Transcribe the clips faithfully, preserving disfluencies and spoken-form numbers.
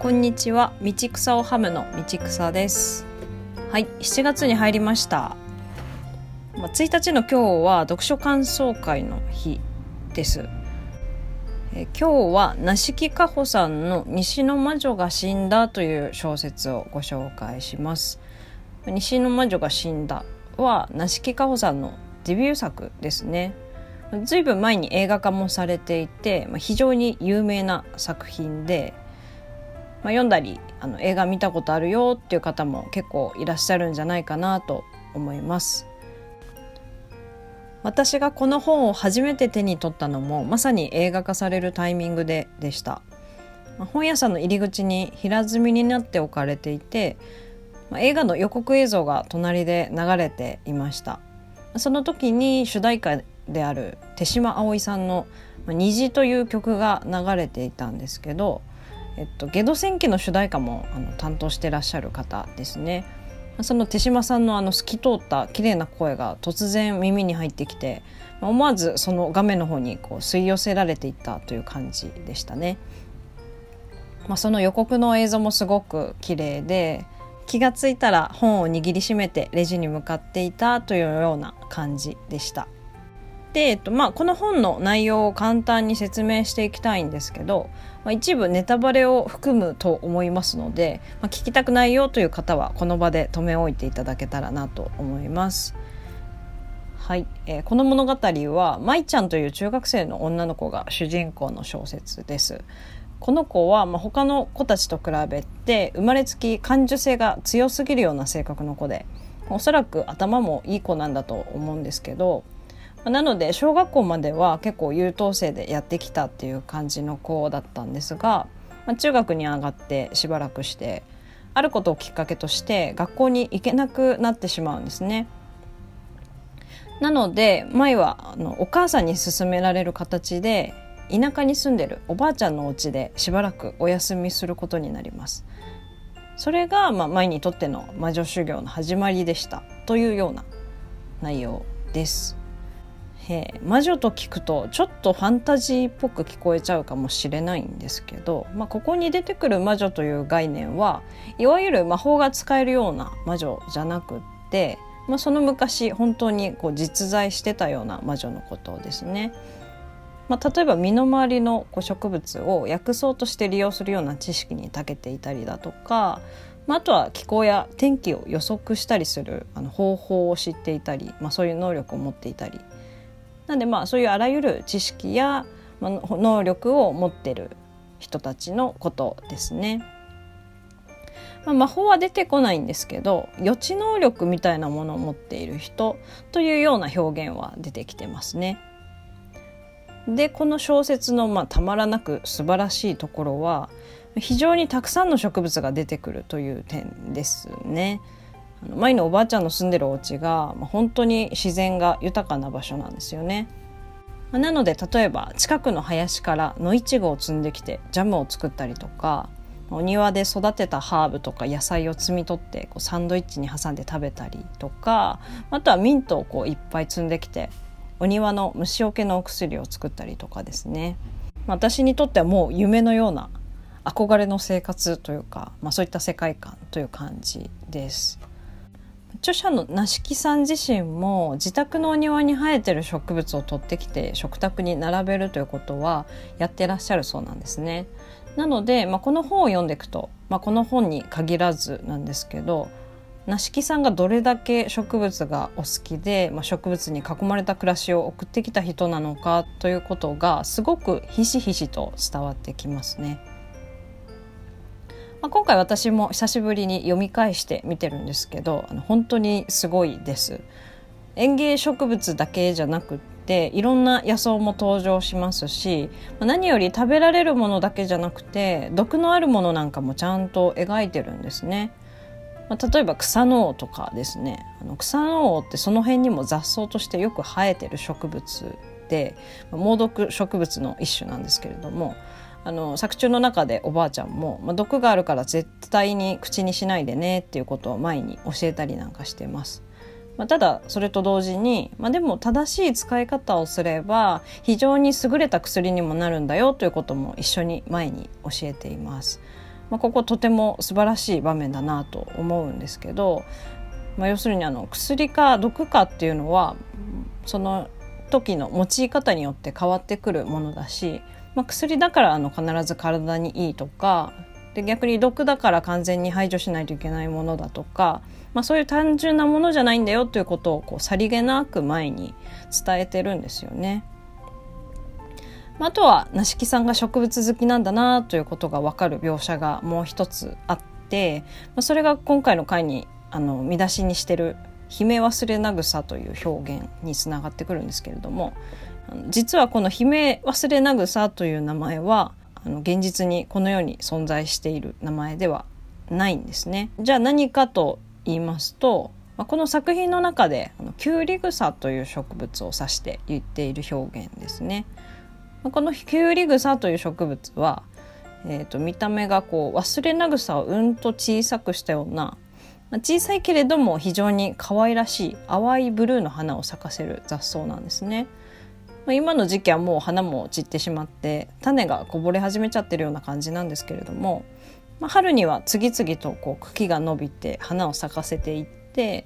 こんにちは。道草をハムの道草です。はい、しちがつに入りました。ついたちの今日は読書感想会の日です。え今日は梨木かほさんの西の魔女が死んだという小説をご紹介します。西の魔女が死んだは梨木かほさんのデビュー作ですね。ずいぶん前に映画化もされていて、非常に有名な作品で、まあ、読んだりあの映画見たことあるよっていう方も結構いらっしゃるんじゃないかなと思います。私がこの本を初めて手に取ったのもまさに映画化されるタイミングででした。まあ、本屋さんの入り口に平積みになって置かれていて、まあ、映画の予告映像が隣で流れていました。その時に主題歌である手島葵さんの虹という曲が流れていたんですけど、えっと、ゲド戦記の主題歌もあの担当してらっしゃる方ですね。その手島さんのあの透き通った綺麗な声が突然耳に入ってきて、思わずその画面の方にこう吸い寄せられていったという感じでしたね。まあ、その予告の映像もすごく綺麗で、気がついたら本を握りしめてレジに向かっていたというような感じでした。で、えっとまあ、この本の内容を簡単に説明していきたいんですけど、まあ、一部ネタバレを含むと思いますので、まあ、聞きたくないよという方はこの場で止め置いていただけたらなと思います。はい、えー、この物語は舞ちゃんという中学生の女の子が主人公の小説です。この子は、まあ、他の子たちと比べて生まれつき感受性が強すぎるような性格の子で、おそらく頭もいい子なんだと思うんですけど、なので小学校までは結構優等生でやってきたっていう感じの子だったんですが、まあ、中学に上がってしばらくしてあることをきっかけとして学校に行けなくなってしまうんですね。なので舞はあのお母さんに勧められる形で田舎に住んでるおばあちゃんのお家でしばらくお休みすることになります。それが、まあ、舞にとっての魔女修行の始まりでしたというような内容です。魔女と聞くとちょっとファンタジーっぽく聞こえちゃうかもしれないんですけど、まあ、ここに出てくる魔女という概念はいわゆる魔法が使えるような魔女じゃなくって、まあ、その昔本当にこう実在してたような魔女のことですね。まあ、例えば身の回りのこう植物を薬草として利用するような知識に長けていたりだとか、まあ、あとは気候や天気を予測したりするあの方法を知っていたり、まあ、そういう能力を持っていたり、なんでまあそういうあらゆる知識や能力を持っている人たちのことですね。まあ、魔法は出てこないんですけど、予知能力みたいなものを持っている人というような表現は出てきてますね。で、この小説のまあたまらなく素晴らしいところは非常にたくさんの植物が出てくるという点ですね。舞のおばあちゃんの住んでるお家が本当に自然が豊かな場所なんですよね。なので例えば近くの林から野いちごを摘んできてジャムを作ったりとか、お庭で育てたハーブとか野菜を摘み取ってこうサンドイッチに挟んで食べたりとか、あとはミントをこういっぱい摘んできてお庭の虫除けのお薬を作ったりとかですね。私にとってはもう夢のような憧れの生活というか、まあ、そういった世界観という感じです。著者の梨木さん自身も自宅のお庭に生えてる植物を取ってきて食卓に並べるということはやってらっしゃるそうなんですね。なので、まあ、この本を読んでいくと、まあ、この本に限らずなんですけど、梨木さんがどれだけ植物がお好きで、まあ、植物に囲まれた暮らしを送ってきた人なのかということがすごくひしひしと伝わってきますね。まあ、今回私も久しぶりに読み返して見てるんですけど、あの本当にすごいです。園芸植物だけじゃなくっていろんな野草も登場しますし、何より食べられるものだけじゃなくて毒のあるものなんかもちゃんと描いてるんですね。まあ、例えば草の王とかですね。あの草の王ってその辺にも雑草としてよく生えてる植物で、猛毒植物の一種なんですけれども、あの作中の中でおばあちゃんも、まあ、毒があるから絶対に口にしないでねっていうことを前に教えたりなんかしてます。まあ、ただそれと同時に、まあ、でも正しい使い方をすれば非常に優れた薬にもなるんだよということも一緒に前に教えています。 まあ、こことても素晴らしい場面だなと思うんですけど、まあ、要するにあの薬か毒かっていうのはその時の用い方によって変わってくるものだし、まあ、薬だからあの必ず体にいいとかで、逆に毒だから完全に排除しないといけないものだとか、まあ、そういう単純なものじゃないんだよということをこうさりげなく前に伝えてるんですよね。あとは梨木さんが植物好きなんだなということが分かる描写がもう一つあって、それが今回の回にあの見出しにしてる姫忘れなぐさという表現につながってくるんですけれども、実はこの姫忘れなぐさという名前はあの現実にこの世に存在している名前ではないんですね。じゃあ何かと言いますと、この作品の中でキュウリグサという植物を指して言っている表現ですね。このキュウリグサという植物は、えーと、見た目がこう忘れなぐさをうんと小さくしたような、小さいけれども非常に可愛らしい淡いブルーの花を咲かせる雑草なんですね。今の時期はもう花も散ってしまって種がこぼれ始めちゃってるような感じなんですけれども、春には次々とこう茎が伸びて花を咲かせていって、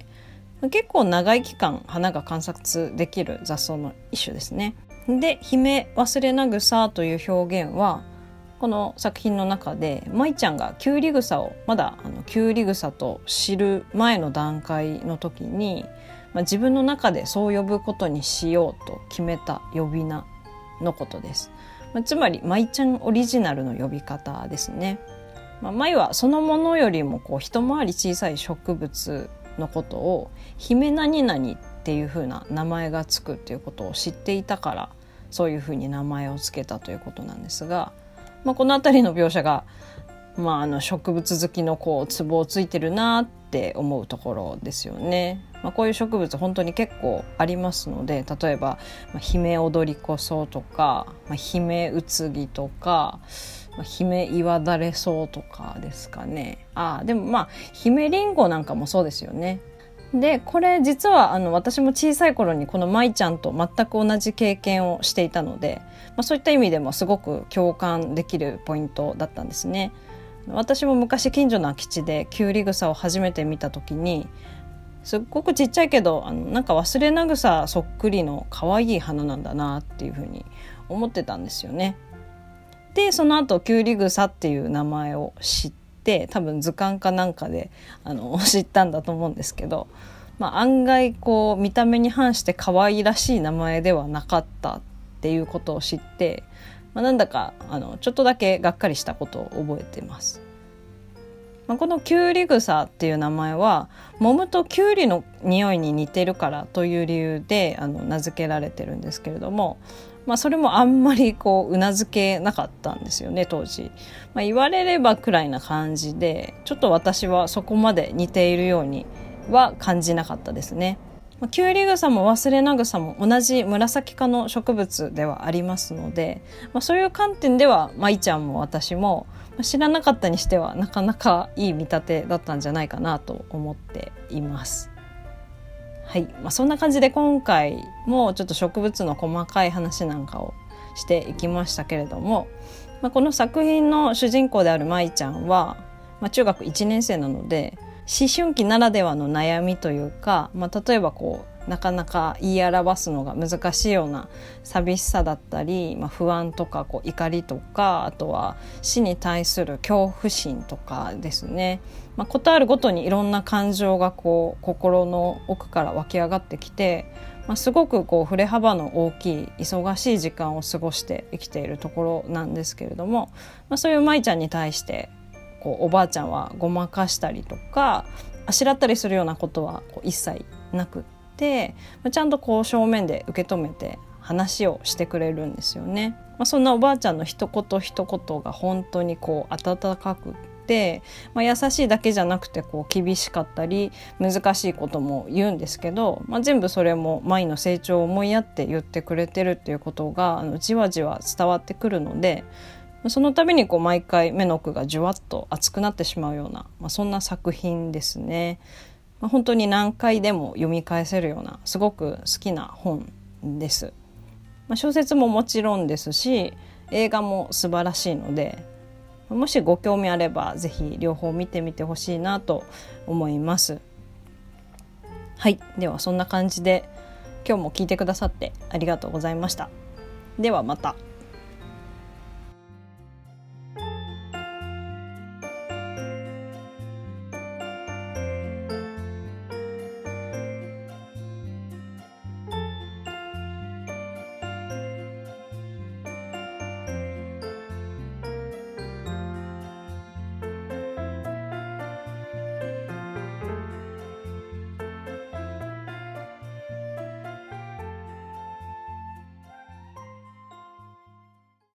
結構長い期間花が観察できる雑草の一種ですね。で、姫忘れなぐさという表現はこの作品の中で舞ちゃんがキュウリグサをまだあのキュウリグサと知る前の段階の時に、まあ、自分の中でそう呼ぶことにしようと決めた呼び名のことです。まあ、つまり舞ちゃんオリジナルの呼び方ですね。まあ、舞はそのものよりもこう一回り小さい植物のことを姫何々っていう風な名前がつくっていうことを知っていたから、そういう風に名前をつけたということなんですが、まあ、このあたりの描写が、まあ、あの植物好きのこうツボをついてるなって思うところですよね。まあ、こういう植物本当に結構ありますので、例えば、まあ、姫踊り子草とか、まあ、姫うつぎとか、まあ、姫岩だれ草とかですかね。あでもまあ姫りんごなんかもそうですよね。でこれ実はあの私も小さい頃にこの舞ちゃんと全く同じ経験をしていたので、まあ、そういった意味でもすごく共感できるポイントだったんですね。私も昔近所の空き地でキュウリグサを初めて見た時に、すっごくちっちゃいけどあのなんか忘れなぐさそっくりの可愛い花なんだなっていうふうに思ってたんですよね。でその後キュウリグサっていう名前を知って、多分図鑑かなんかであの知ったんだと思うんですけど、まあ、案外こう見た目に反して可愛らしい名前ではなかったっていうことを知って、まあ、なんだかあのちょっとだけがっかりしたことを覚えてます。まあ、このキュウリグサっていう名前は揉むとキュウリの匂いに似てるからという理由であの名付けられてるんですけれども、まあ、それもあんまりこううなずけなかったんですよね当時。まあ、言われればくらいな感じで、ちょっと私はそこまで似ているようには感じなかったですね。まあ、キュウリグサも忘れなぐさも同じ紫科の植物ではありますので、まあ、そういう観点では舞ちゃんも私も知らなかったにしてはなかなかいい見立てだったんじゃないかなと思っています。はい、まあ、そんな感じで今回もちょっと植物の細かい話なんかをしていきましたけれども、まあ、この作品の主人公である舞ちゃんは、まあ、中学いちねん生なので思春期ならではの悩みというか、まあ、例えばこうなかなか言い表すのが難しいような寂しさだったり、まあ、不安とかこう怒りとか、あとは死に対する恐怖心とかですね、まあ、ことあるごとにいろんな感情がこう心の奥から湧き上がってきて、まあ、すごくこう振れ幅の大きい忙しい時間を過ごして生きているところなんですけれども、まあ、そういう舞ちゃんに対してこうおばあちゃんはごまかしたりとかあしらったりするようなことはこう一切なくって、まあ、ちゃんとこう正面で受け止めて話をしてくれるんですよね。まあ、そんなおばあちゃんの一言一言が本当にこう温かくって、まあ、優しいだけじゃなくてこう厳しかったり難しいことも言うんですけど、まあ、全部それも舞の成長を思いやって言ってくれてるっていうことがあのじわじわ伝わってくるので、その度にこう毎回目の奥がじゅわっと熱くなってしまうような、まあ、そんな作品ですね。まあ、本当に何回でも読み返せるようなすごく好きな本です。まあ、小説ももちろんですし映画も素晴らしいので、 もしご興味あればぜひ両方見てみてほしいなと思います。はい、ではそんな感じで今日も聞いてくださってありがとうございました。ではまた。